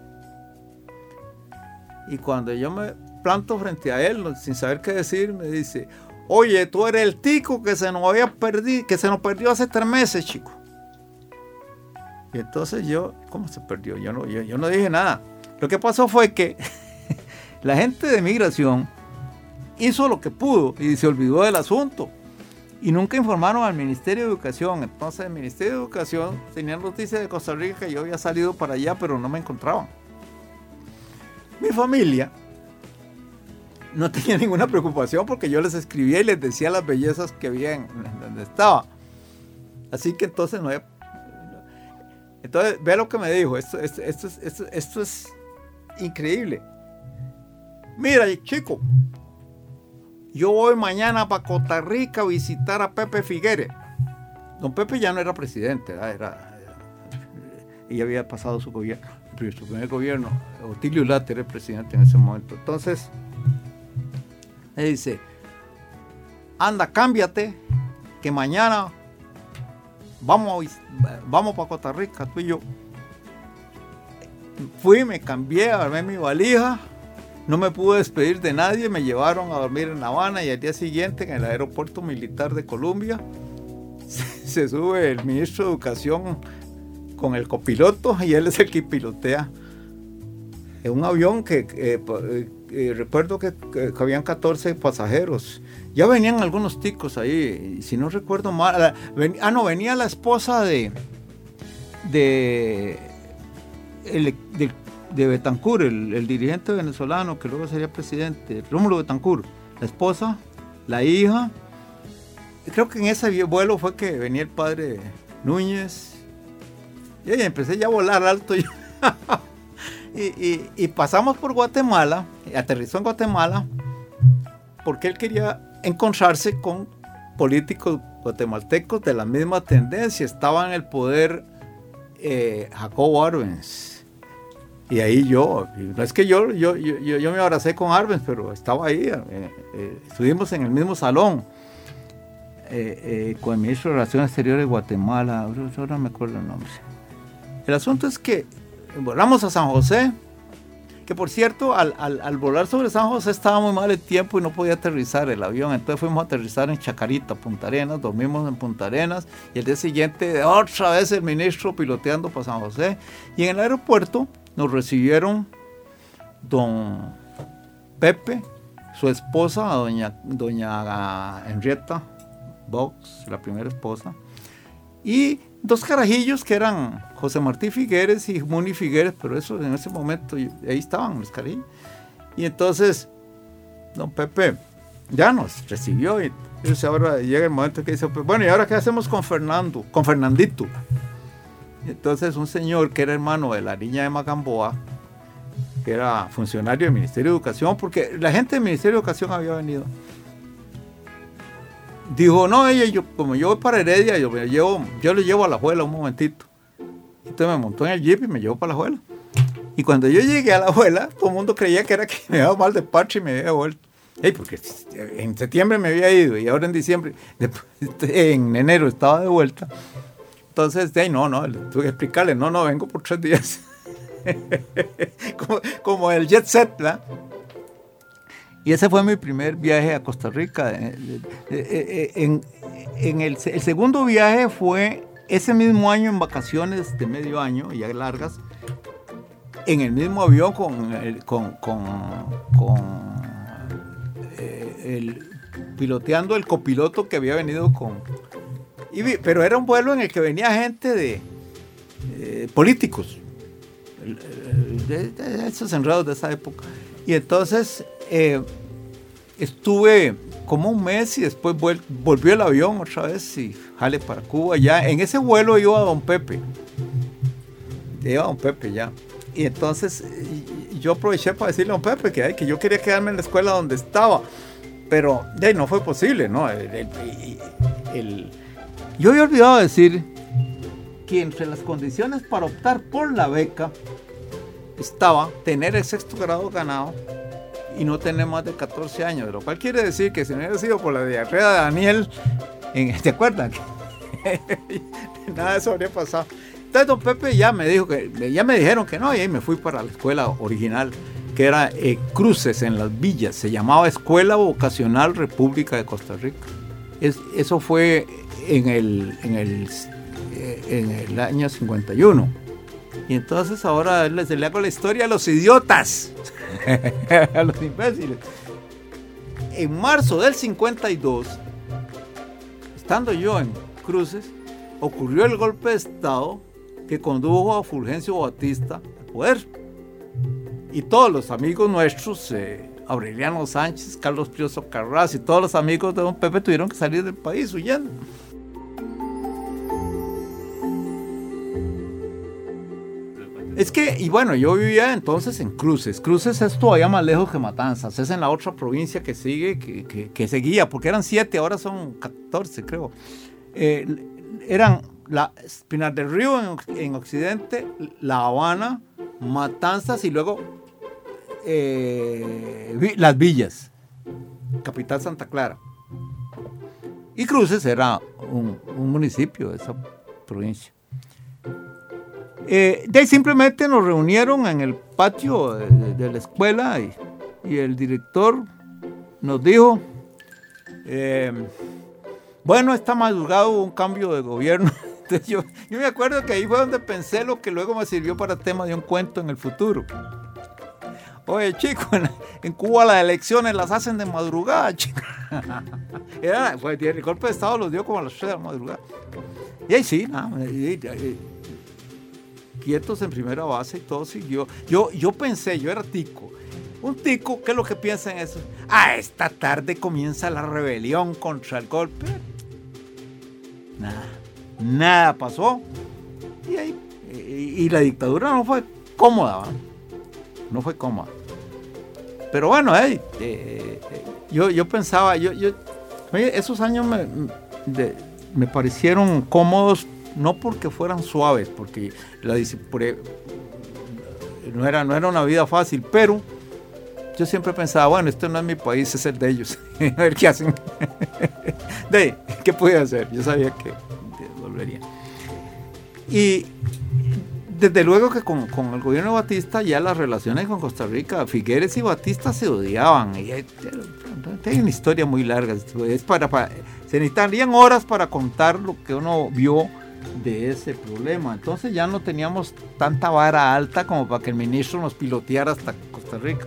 Y cuando yo me planto frente a él, sin saber qué decir, me dice, oye, tú eres el Tico que se nos perdió hace 3 meses, chico. Y entonces yo, ¿cómo se perdió? Yo no dije nada. Lo que pasó fue que la gente de migración hizo lo que pudo y se olvidó del asunto. Y nunca informaron al Ministerio de Educación. Entonces el Ministerio de Educación tenía noticias de Costa Rica que yo había salido para allá, pero no me encontraban. Mi familia no tenía ninguna preocupación porque yo les escribía y les decía las bellezas que había en donde estaba. Así que entonces no había... Entonces, ve lo que me dijo. Esto es increíble. Mira, chico, yo voy mañana para Costa Rica a visitar a Pepe Figueres. Don Pepe ya no era presidente, y había pasado su gobierno, su primer gobierno. Otilio Late era el presidente en ese momento. Entonces, me dice, anda, cámbiate, que mañana vamos para Costa Rica, tú y yo. Fui, me cambié, armé mi valija, no me pude despedir de nadie, me llevaron a dormir en La Habana y al día siguiente en el aeropuerto militar de Colombia se sube el ministro de Educación con el copiloto y él es el que pilotea en un avión que recuerdo que habían 14 pasajeros. Ya venían algunos ticos ahí, si no recuerdo mal. Venía la esposa de Betancur, el dirigente venezolano que luego sería presidente, Rómulo Betancur, la esposa, la hija. Creo que en ese vuelo fue que venía el padre Núñez. Y ahí empecé ya a volar alto yo. y pasamos por Guatemala, aterrizó en Guatemala, porque él quería encontrarse con políticos guatemaltecos de la misma tendencia. Estaba en el poder Jacobo Arbenz. Y ahí no es que yo me abracé con Arbenz, pero estaba ahí, estuvimos en el mismo salón con el ministro de Relaciones Exteriores de Guatemala, ahora me acuerdo el nombre. El asunto es que volamos a San José, que por cierto, al volar sobre San José estaba muy mal el tiempo y no podía aterrizar el avión, entonces fuimos a aterrizar en Chacarita, Punta Arenas, dormimos en Punta Arenas, y el día siguiente otra vez el ministro piloteando para San José, y en el aeropuerto nos recibieron don Pepe, su esposa, doña Henrietta Box, la primera esposa, y dos carajillos que eran José Martí Figueres y Muni Figueres, pero eso en ese momento ahí estaban los carajillos. Y entonces don Pepe ya nos recibió, y entonces ahora llega el momento que dice, pues, bueno, ¿y ahora qué hacemos con Fernandito? Y entonces un señor que era hermano de la niña de Magamboa, que era funcionario del Ministerio de Educación, porque la gente del Ministerio de Educación había venido, dijo, no, como yo voy para Heredia, yo lo llevo a La Juela un momentito. Entonces me montó en el jeep y me llevó para La Juela. Y cuando yo llegué a La Juela, todo el mundo creía que era que me había dado mal de parche y me había vuelto. Porque en septiembre me había ido y ahora en diciembre, en enero estaba de vuelta. Entonces, no, tuve que explicarle, no, vengo por 3 días. como el jet set, ¿verdad? Y ese fue mi primer viaje a Costa Rica. El segundo viaje fue ese mismo año en vacaciones de medio año, ya largas, en el mismo avión piloteando el copiloto que había venido pero era un vuelo en el que venía gente de políticos, de esos enredos de esa época. Y entonces estuve como un mes y después volvió el avión otra vez y jale para Cuba. Ya en ese vuelo iba don Pepe ya. Y entonces yo aproveché para decirle a don Pepe que yo quería quedarme en la escuela donde estaba, pero no fue posible, ¿no? Yo había olvidado decir que entre las condiciones para optar por la beca estaba tener el 6º grado ganado y no tener más de 14 años, lo cual quiere decir que si no hubiera sido por la diarrea de Daniel, ¿te acuerdas? Nada de eso habría pasado. Entonces don Pepe ya me dijeron que no, y ahí me fui para la escuela original, que era Cruces en Las Villas, se llamaba Escuela Vocacional República de Costa Rica. Eso fue en el año 51. Y entonces ahora se le hago la historia a los idiotas, a los imbéciles. En marzo del 52, estando yo en Cruces, ocurrió el golpe de Estado que condujo a Fulgencio Batista al poder. Y todos los amigos nuestros, Aureliano Sánchez, Carlos Pioso Carras y todos los amigos de don Pepe tuvieron que salir del país huyendo. Es que, y bueno, yo vivía entonces en Cruces. Cruces es todavía más lejos que Matanzas. Es en la otra provincia que sigue, que seguía, porque eran 7, ahora son 14, creo. Eran Pinar del Río en occidente, La Habana, Matanzas y luego Las Villas, capital Santa Clara. Y Cruces era un municipio de esa provincia. De ahí simplemente nos reunieron en el patio de la escuela y el director nos dijo, bueno, esta madrugada hubo un cambio de gobierno. Entonces yo me acuerdo que ahí fue donde pensé lo que luego me sirvió para el tema de un cuento en el futuro. Oye, chico, en Cuba las elecciones las hacen de madrugada, chico. El golpe de Estado los dio como a las 3 de la madrugada. Y ahí sí, quietos en primera base y todo siguió. Yo pensé, yo era tico. Un tico, ¿qué es lo que piensa en eso? Esta tarde comienza la rebelión contra el golpe. Nada pasó. Y la dictadura no fue cómoda, ¿verdad? No fue cómoda. Pero bueno, yo pensaba, esos años me parecieron cómodos, no porque fueran suaves, porque no era una vida fácil, pero yo siempre pensaba, bueno, este no es mi país, es el de ellos. A ver qué hacen. ¿Qué pude hacer? Yo sabía que volvería. Y desde luego que con el gobierno de Batista ya las relaciones con Costa Rica, Figueres y Batista se odiaban. Y hay una historia muy larga. Se necesitarían horas para contar lo que uno vio de ese problema. Entonces ya no teníamos tanta vara alta como para que el ministro nos piloteara hasta Costa Rica.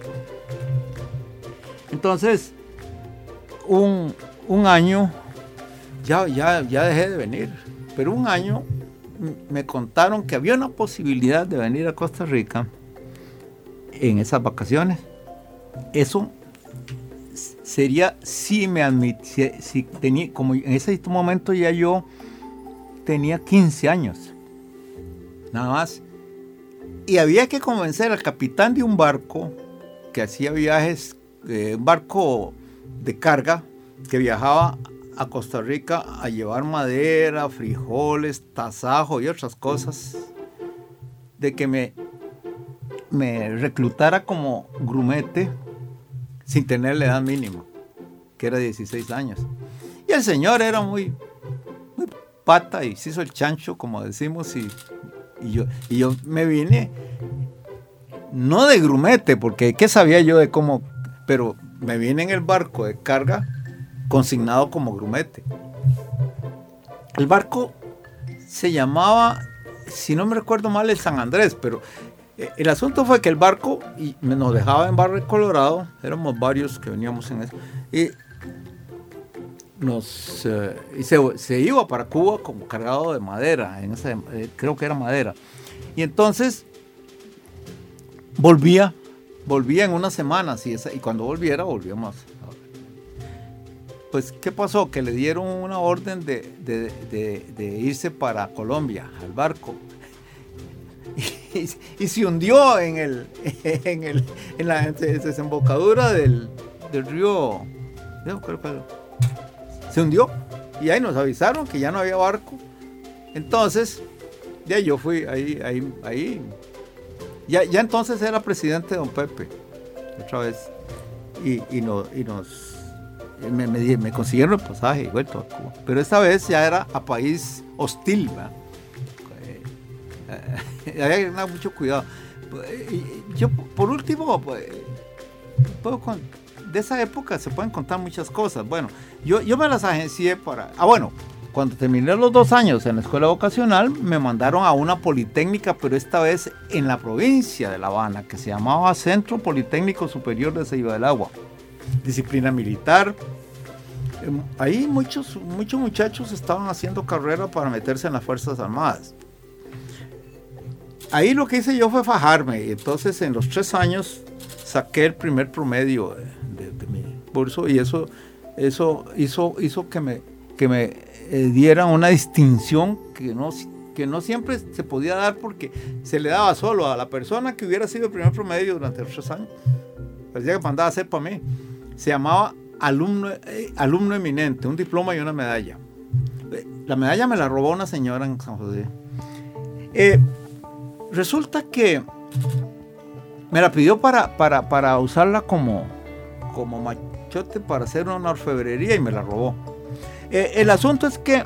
Entonces, un año, ya dejé de venir, pero un año me contaron que había una posibilidad de venir a Costa Rica en esas vacaciones. Eso sería si me admitía, si tenía, como en ese momento ya yo tenía 15 años, nada más, y había que convencer al capitán de un barco que hacía viajes, un barco de carga que viajaba a Costa Rica a llevar madera, frijoles, tasajo y otras cosas, de que me reclutara como grumete sin tener la edad mínima, que era 16 años. Y el señor era muy pata y se hizo el chancho, como decimos, y yo me vine, no de grumete, porque ¿qué sabía yo de cómo? Pero me vine en el barco de carga consignado como grumete. El barco se llamaba, si no me recuerdo mal, el San Andrés, pero el asunto fue que el barco nos dejaba en Barrio Colorado, éramos varios que veníamos en eso, y se iba para Cuba como cargado de madera, creo que era madera, y entonces volvía en unas semanas, y cuando volvíamos. Pues, ¿qué pasó? Que le dieron una orden de irse para Colombia, al barco. Y se hundió en la desembocadura del río. Se hundió. Y ahí nos avisaron que ya no había barco. Entonces, ya yo fui ahí. Ya entonces era presidente don Pepe, otra vez. Me consiguieron el pasaje y vuelto a Cuba. Pero esta vez ya era a país hostil, ¿verdad? Había que tener mucho cuidado. Yo, por último, de esa época se pueden contar muchas cosas. Bueno, yo me las agencié para... cuando terminé los 2 años en la escuela vocacional, me mandaron a una politécnica, pero esta vez en la provincia de La Habana, que se llamaba Centro Politécnico Superior de Ceiba del Agua. Disciplina militar. Ahí muchos muchachos estaban haciendo carrera para meterse en las Fuerzas Armadas. Ahí lo que hice yo fue fajarme, y entonces en los 3 años saqué el primer promedio de mi curso, y eso hizo que me dieran una distinción que no siempre se podía dar, porque se le daba solo a la persona que hubiera sido el primer promedio durante los 3 años. Parecía que mandaba a hacer para mí. Se llamaba alumno eminente, un diploma y una medalla. La medalla me la robó una señora en San José. Resulta que me la pidió para usarla como machote para hacer una orfebrería, y me la robó. El asunto es que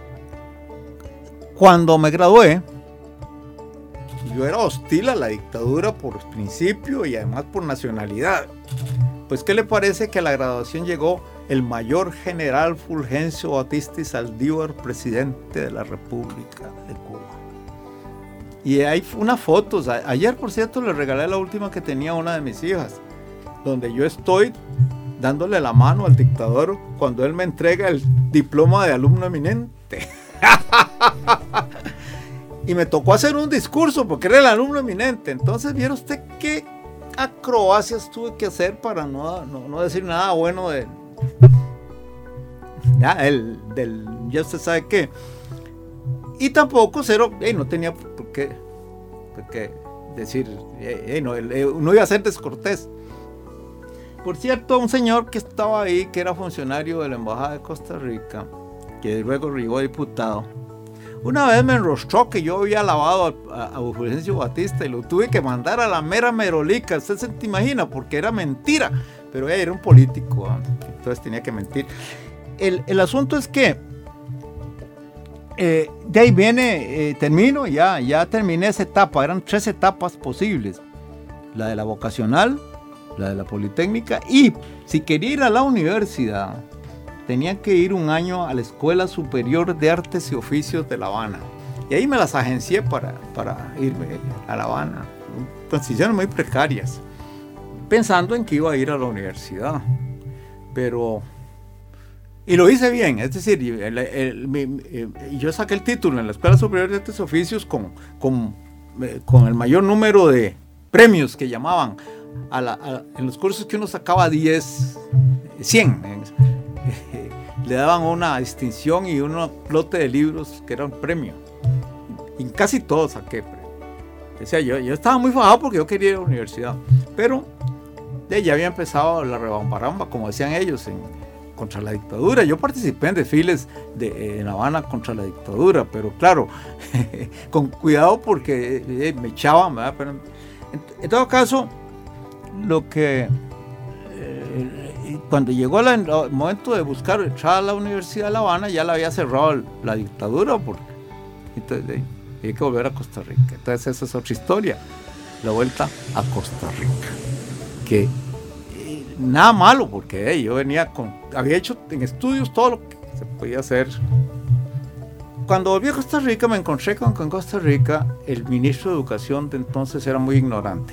cuando me gradué, yo era hostil a la dictadura por principio y además por nacionalidad. Pues, ¿qué le parece que a la graduación llegó el mayor general Fulgencio Batista y Saldívar, presidente de la República de Cuba? Y hay unas fotos. Ayer, por cierto, le regalé la última que tenía a una de mis hijas, donde yo estoy dándole la mano al dictador cuando él me entrega el diploma de alumno eminente. Y me tocó hacer un discurso porque era el alumno eminente. Entonces, ¿viera usted qué acrobacias tuve que hacer para no decir nada bueno de ya usted sabe qué? Y tampoco no tenía por qué decir, no iba a ser descortés. Por cierto, un señor que estaba ahí, que era funcionario de la Embajada de Costa Rica, que luego llegó diputado, una vez me enrostró que yo había alabado a Fulgencio Batista y lo tuve que mandar a la mera merolica. Usted se te imagina, porque era mentira, pero era un político, entonces tenía que mentir. El asunto es que de ahí viene, termino, ya terminé esa etapa. Eran 3 etapas posibles: la de la vocacional, la de la politécnica, y si quería ir a la universidad tenía que ir un año a la Escuela Superior de Artes y Oficios de La Habana, y ahí me las agencié para irme a La Habana, condiciones muy precarias, pensando en que iba a ir a la universidad, y lo hice bien. Es decir, yo saqué el título en la Escuela Superior de Artes y Oficios con el mayor número de premios que llamaban en los cursos que uno sacaba 10, 100, le daban una distinción y un lote de libros que era un premio, y en casi todos saqué premio. O sea, yo estaba muy fajado porque yo quería ir a la universidad, pero ya había empezado la rebambaramba, como decían ellos, contra la dictadura. Yo participé en desfiles en La Habana contra la dictadura, pero claro, con cuidado porque me echaban, ¿verdad? Pero en todo caso, lo que cuando llegó el momento de buscar entrar a la Universidad de La Habana, ya la había cerrado la dictadura, entonces hay que volver a Costa Rica. Entonces esa es otra historia, la vuelta a Costa Rica, que nada malo, porque yo había hecho en estudios todo lo que se podía hacer. Cuando volví a Costa Rica me encontré con que en Costa Rica el ministro de Educación de entonces era muy ignorante.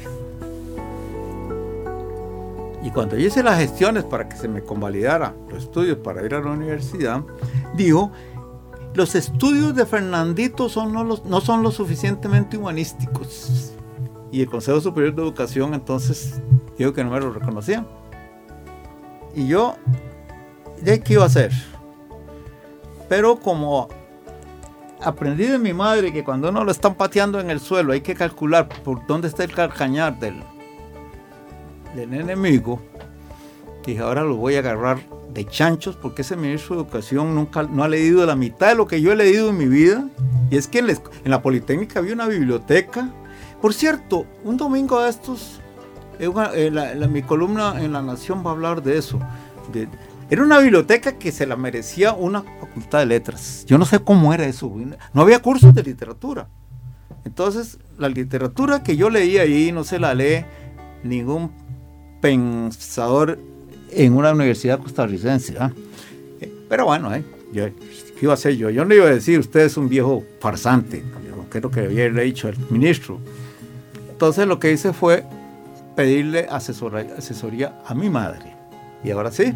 Y cuando yo hice las gestiones para que se me convalidara los estudios para ir a la universidad, dijo: los estudios de Fernandito no son lo suficientemente humanísticos. Y el Consejo Superior de Educación entonces dijo que no me lo reconocían. Y yo, ¿qué iba a hacer? Pero como aprendí de mi madre que cuando uno lo están pateando en el suelo hay que calcular por dónde está el calcañar del enemigo, dije: ahora lo voy a agarrar de chanchos, porque ese ministro de Educación no ha leído la mitad de lo que yo he leído en mi vida. Y es que en la Politécnica había una biblioteca. Por cierto, un domingo de estos, mi columna en La Nación va a hablar de eso. Era una biblioteca que se la merecía una facultad de letras. Yo no sé cómo era eso. No había cursos de literatura. Entonces, la literatura que yo leía ahí no se la lee ningún pensador en una universidad costarricense. Pero bueno, ¿qué iba a hacer yo? Yo no iba a decir: usted es un viejo farsante, que es lo que había dicho el ministro. Entonces lo que hice fue pedirle asesoría a mi madre. Y ahora sí,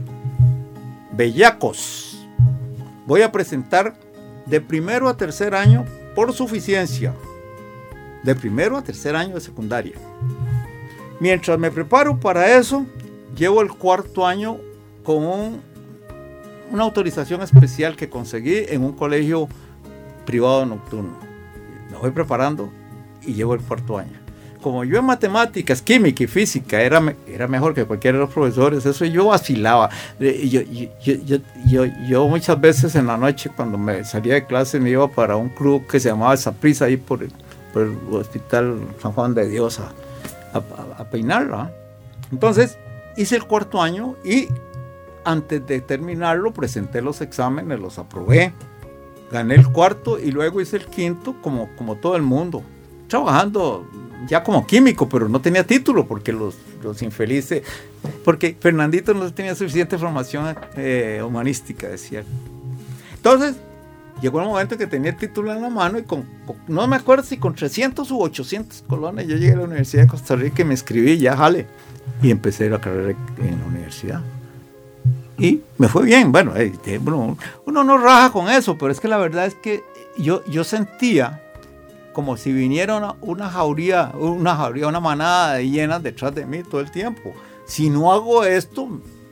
bellacos, voy a presentar de primero a tercer año por suficiencia, de primero a tercer año de secundaria. Mientras me preparo para eso, llevo el cuarto año con una autorización especial que conseguí en un colegio privado nocturno. Me voy preparando y llevo el cuarto año. Como yo en matemáticas, química y física era mejor que cualquiera de los profesores, eso yo vacilaba. Yo muchas veces en la noche, cuando me salía de clase, me iba para un club que se llamaba Saprissa, ahí por el Hospital San Juan de Dios, a peinarla. Entonces hice el cuarto año y antes de terminarlo presenté los exámenes, los aprobé, gané el cuarto y luego hice el quinto como todo el mundo, trabajando ya como químico, pero no tenía título porque los infelices, porque Fernandito no tenía suficiente formación humanística, decía. Entonces llegó el momento en que tenía el título en la mano y no me acuerdo si con 300 u 800 colones yo llegué a la Universidad de Costa Rica y me inscribí, ya jale, y empecé la carrera en la universidad. Y me fue bien. Bueno, uno no raja con eso, pero es que la verdad es que yo sentía como si viniera una jauría, una manada de hienas detrás de mí todo el tiempo. Si no hago esto,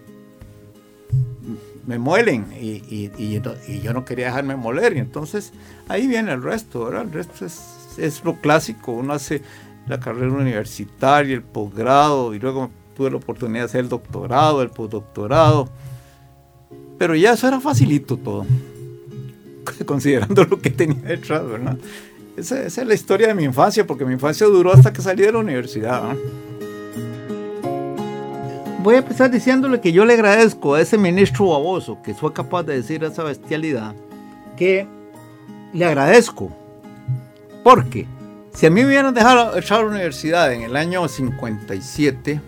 me muelen, y yo no quería dejarme moler, y entonces ahí viene el resto, ¿verdad? El resto es lo clásico. Uno hace la carrera universitaria, el posgrado, y luego tuve la oportunidad de hacer el doctorado, el postdoctorado, pero ya eso era facilito todo, considerando lo que tenía detrás, ¿verdad? Esa es la historia de mi infancia, porque mi infancia duró hasta que salí de la universidad, ¿no? Voy a empezar diciéndole que yo le agradezco a ese ministro baboso que fue capaz de decir esa bestialidad, que le agradezco, porque si a mí me hubieran dejado echar a la universidad en el año 57,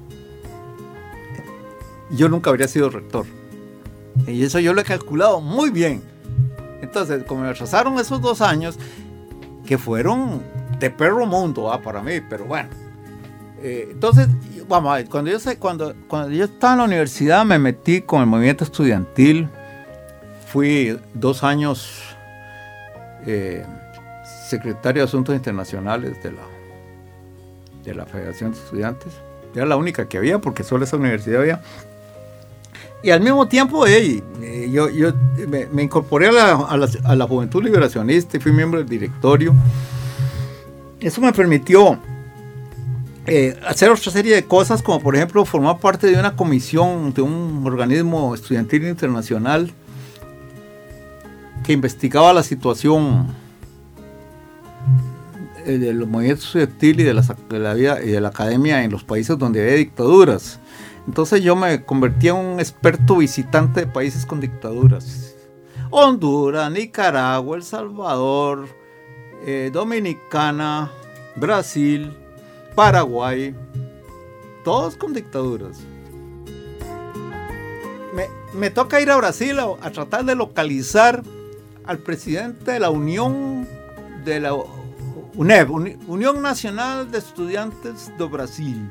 yo nunca habría sido rector. Y eso yo lo he calculado muy bien. Entonces, como me retrasaron esos 2 años, que fueron de perro mundo para mí, pero bueno. Entonces, vamos a ver, cuando yo estaba en la universidad me metí con el movimiento estudiantil. Fui 2 años secretario de Asuntos Internacionales de la Federación de Estudiantes. Era la única que había, porque solo esa universidad había. Y al mismo tiempo yo me incorporé a la Juventud Liberacionista y fui miembro del directorio. Eso me permitió hacer otra serie de cosas, como por ejemplo formar parte de una comisión de un organismo estudiantil internacional que investigaba la situación de los movimientos estudiantiles y de la vida y de la academia en los países donde había dictaduras. Entonces yo me convertí en un experto visitante de países con dictaduras: Honduras, Nicaragua, El Salvador, Dominicana, Brasil, Paraguay, todos con dictaduras. Me toca ir a Brasil a tratar de localizar al presidente de la Unión UNEB, Unión Nacional de Estudiantes de Brasil,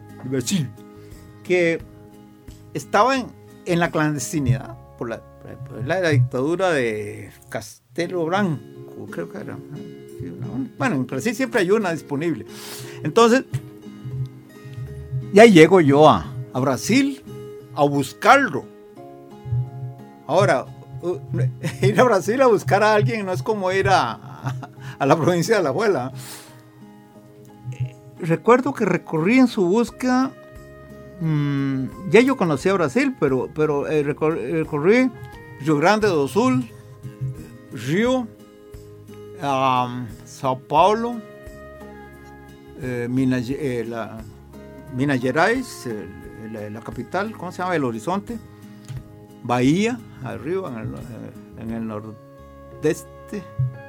que estaba en la clandestinidad por la dictadura de Castelo Branco, creo que era. Bueno, en Brasil siempre hay una disponible. Entonces, ya llego yo a Brasil a buscarlo. Ahora, ir a Brasil a buscar a alguien no es como ir a la provincia de la abuela. Recuerdo que recorrí en su búsqueda. Ya yo conocía Brasil, pero recorrí Rio Grande do Sul, Rio, Sao Paulo, Minas Gerais, la capital, ¿cómo se llama? Belo Horizonte, Bahía, arriba en el nordeste.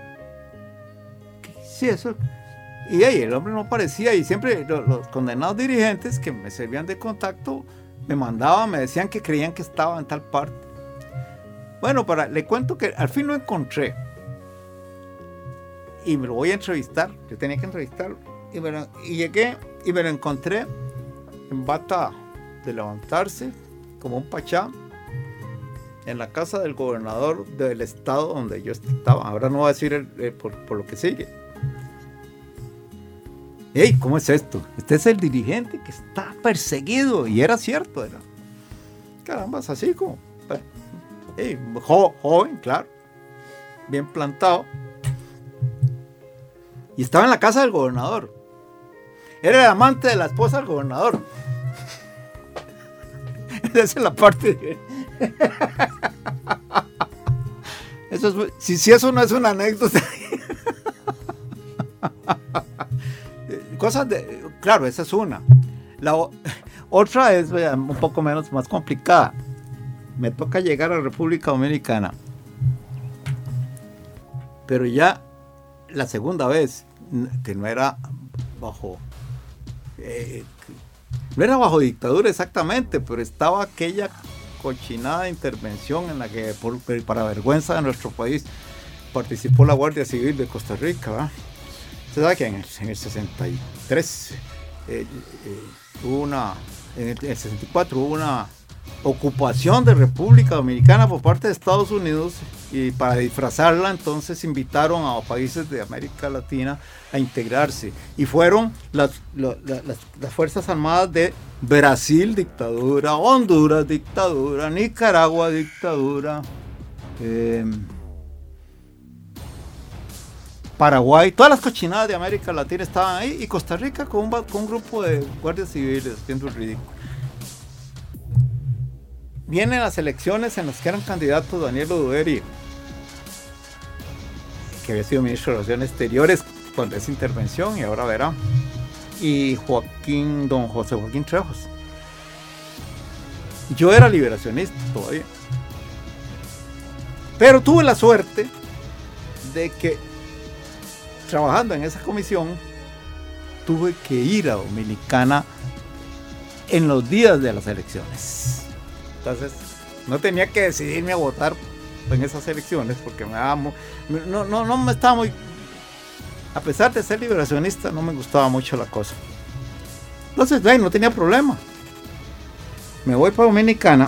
Sí, eso. Y ahí el hombre no aparecía, y siempre los condenados dirigentes que me servían de contacto me mandaban, me decían que creían que estaba en tal parte. Bueno, le cuento que al fin lo encontré y me lo voy a entrevistar. Yo tenía que entrevistarlo y llegué y me lo encontré en bata de levantarse como un pachá en la casa del gobernador del estado donde yo estaba. Ahora no voy a decir por lo que sigue. ¡Ey! ¿Cómo es esto? Este es el dirigente que está perseguido. Y era cierto, era. Caramba, es así como. Joven, claro. Bien plantado. Y estaba en la casa del gobernador. Era el amante de la esposa del gobernador. Esa es la parte. Eso es, si eso no es una anécdota. Cosas de, claro, esa es una. La otra es un poco más complicada. Me toca llegar a la República Dominicana, pero ya la segunda vez, que no era bajo dictadura exactamente, pero estaba aquella cochinada intervención en la que, para vergüenza de nuestro país, participó la Guardia Civil de Costa Rica, ¿verdad? Usted sabe que en el 63 en el 64 hubo una ocupación de República Dominicana por parte de Estados Unidos, y para disfrazarla entonces invitaron a países de América Latina a integrarse, y fueron las Fuerzas Armadas de Brasil, dictadura; Honduras, dictadura; Nicaragua, dictadura; Paraguay, todas las cochinadas de América Latina estaban ahí, y Costa Rica con un grupo de guardias civiles haciendo el ridículo. Vienen las elecciones en las que eran candidatos Daniel Oduber, que había sido ministro de Relaciones Exteriores cuando esa intervención, y ahora verá, y don José Joaquín Trejos. Yo era liberacionista todavía, pero tuve la suerte de que, trabajando en esa comisión, tuve que ir a Dominicana en los días de las elecciones. Entonces no tenía que decidirme a votar en esas elecciones, porque no me estaba muy, a pesar de ser liberacionista, no me gustaba mucho la cosa. Entonces no tenía problema, me voy para Dominicana,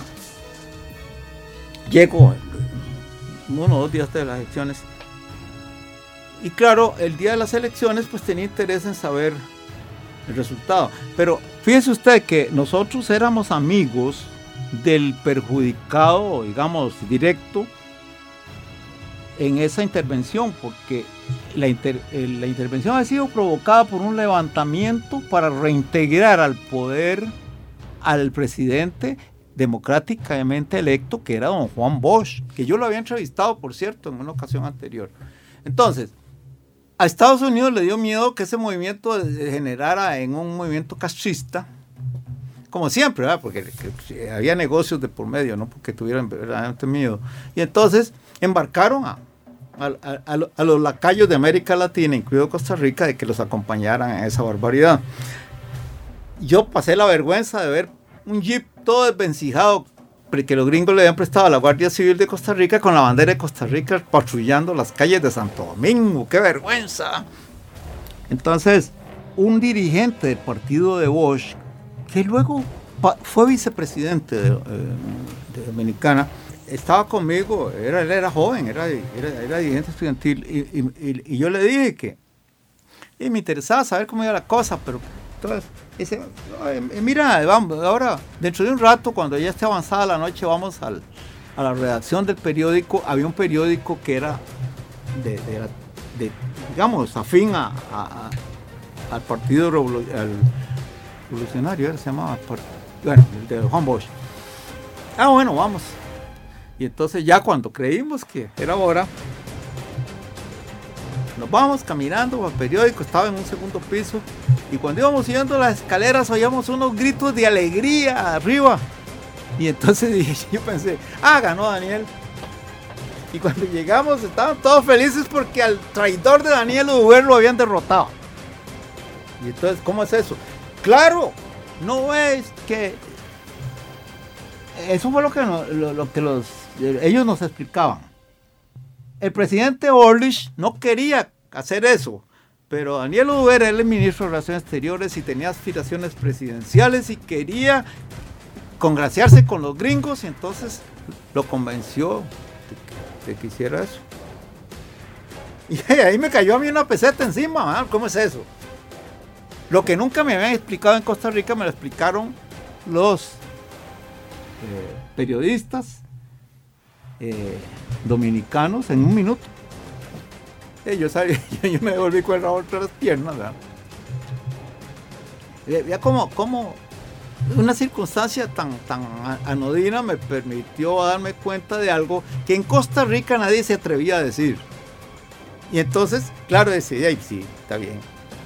llego 1 o 2 días de las elecciones, y claro, el día de las elecciones pues tenía interés en saber el resultado. Pero fíjese usted que nosotros éramos amigos del perjudicado, digamos, directo en esa intervención, porque la intervención ha sido provocada por un levantamiento para reintegrar al poder al presidente democráticamente electo, que era don Juan Bosch, que yo lo había entrevistado, por cierto, en una ocasión anterior. Entonces, a Estados Unidos le dio miedo que ese movimiento degenerara en un movimiento castrista, como siempre, ¿verdad? Porque había negocios de por medio, no porque tuvieran verdaderamente miedo. Y entonces embarcaron a los lacayos de América Latina, incluido Costa Rica, de que los acompañaran en esa barbaridad. Yo pasé la vergüenza de ver un jeep todo desvencijado que los gringos le habían prestado a la Guardia Civil de Costa Rica, con la bandera de Costa Rica patrullando las calles de Santo Domingo. ¡Qué vergüenza! Entonces, un dirigente del partido de Bosch, que luego fue vicepresidente de Dominicana, estaba conmigo. Él era joven, era dirigente estudiantil, y yo le dije que me interesaba saber cómo iba la cosa, pero entonces dice, mira, vamos, ahora dentro de un rato, cuando ya esté avanzada la noche, vamos a la redacción del periódico. Había un periódico que era digamos, afín al partido revolucionario, se llamaba, bueno, el de Juan Bosch. Bueno, vamos. Y entonces ya cuando creímos que era hora, nos vamos caminando al periódico, estaba en un segundo piso, y cuando íbamos subiendo las escaleras oíamos unos gritos de alegría arriba, y entonces yo pensé, ganó Daniel. Y cuando llegamos estaban todos felices porque al traidor de Daniel Oduber lo habían derrotado. Y entonces, ¿cómo es eso? Claro, no es que eso fue lo que ellos nos explicaban. El presidente Orlich no quería hacer eso, pero Daniel Oduber era el ministro de Relaciones Exteriores y tenía aspiraciones presidenciales y quería congraciarse con los gringos, y entonces lo convenció de que hiciera eso. Y ahí me cayó a mí una peseta encima, ¿verdad? ¿Cómo es eso? Lo que nunca me habían explicado en Costa Rica me lo explicaron los periodistas dominicanos en un minuto. Yo me devolví con el rabo entre las piernas, ¿verdad? Ya como una circunstancia tan anodina me permitió darme cuenta de algo que en Costa Rica nadie se atrevía a decir. Y entonces, claro, decía, sí, está bien.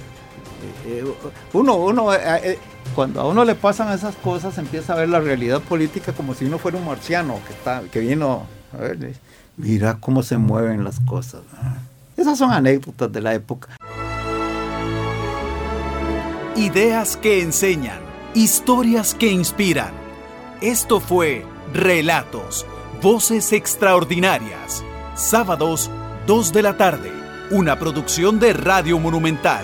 Cuando a uno le pasan esas cosas, empieza a ver la realidad política como si uno fuera un marciano que vino a ver, mira cómo se mueven las cosas, ¿verdad? Esas son anécdotas de la época. Ideas que enseñan, historias que inspiran. Esto fue Relatos, Voces Extraordinarias. Sábados, 2 de la tarde, una producción de Radio Monumental.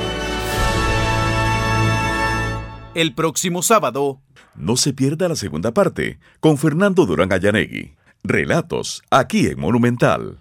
El próximo sábado, no se pierda la segunda parte con Fernando Durán Allanegui. Relatos aquí en Monumental.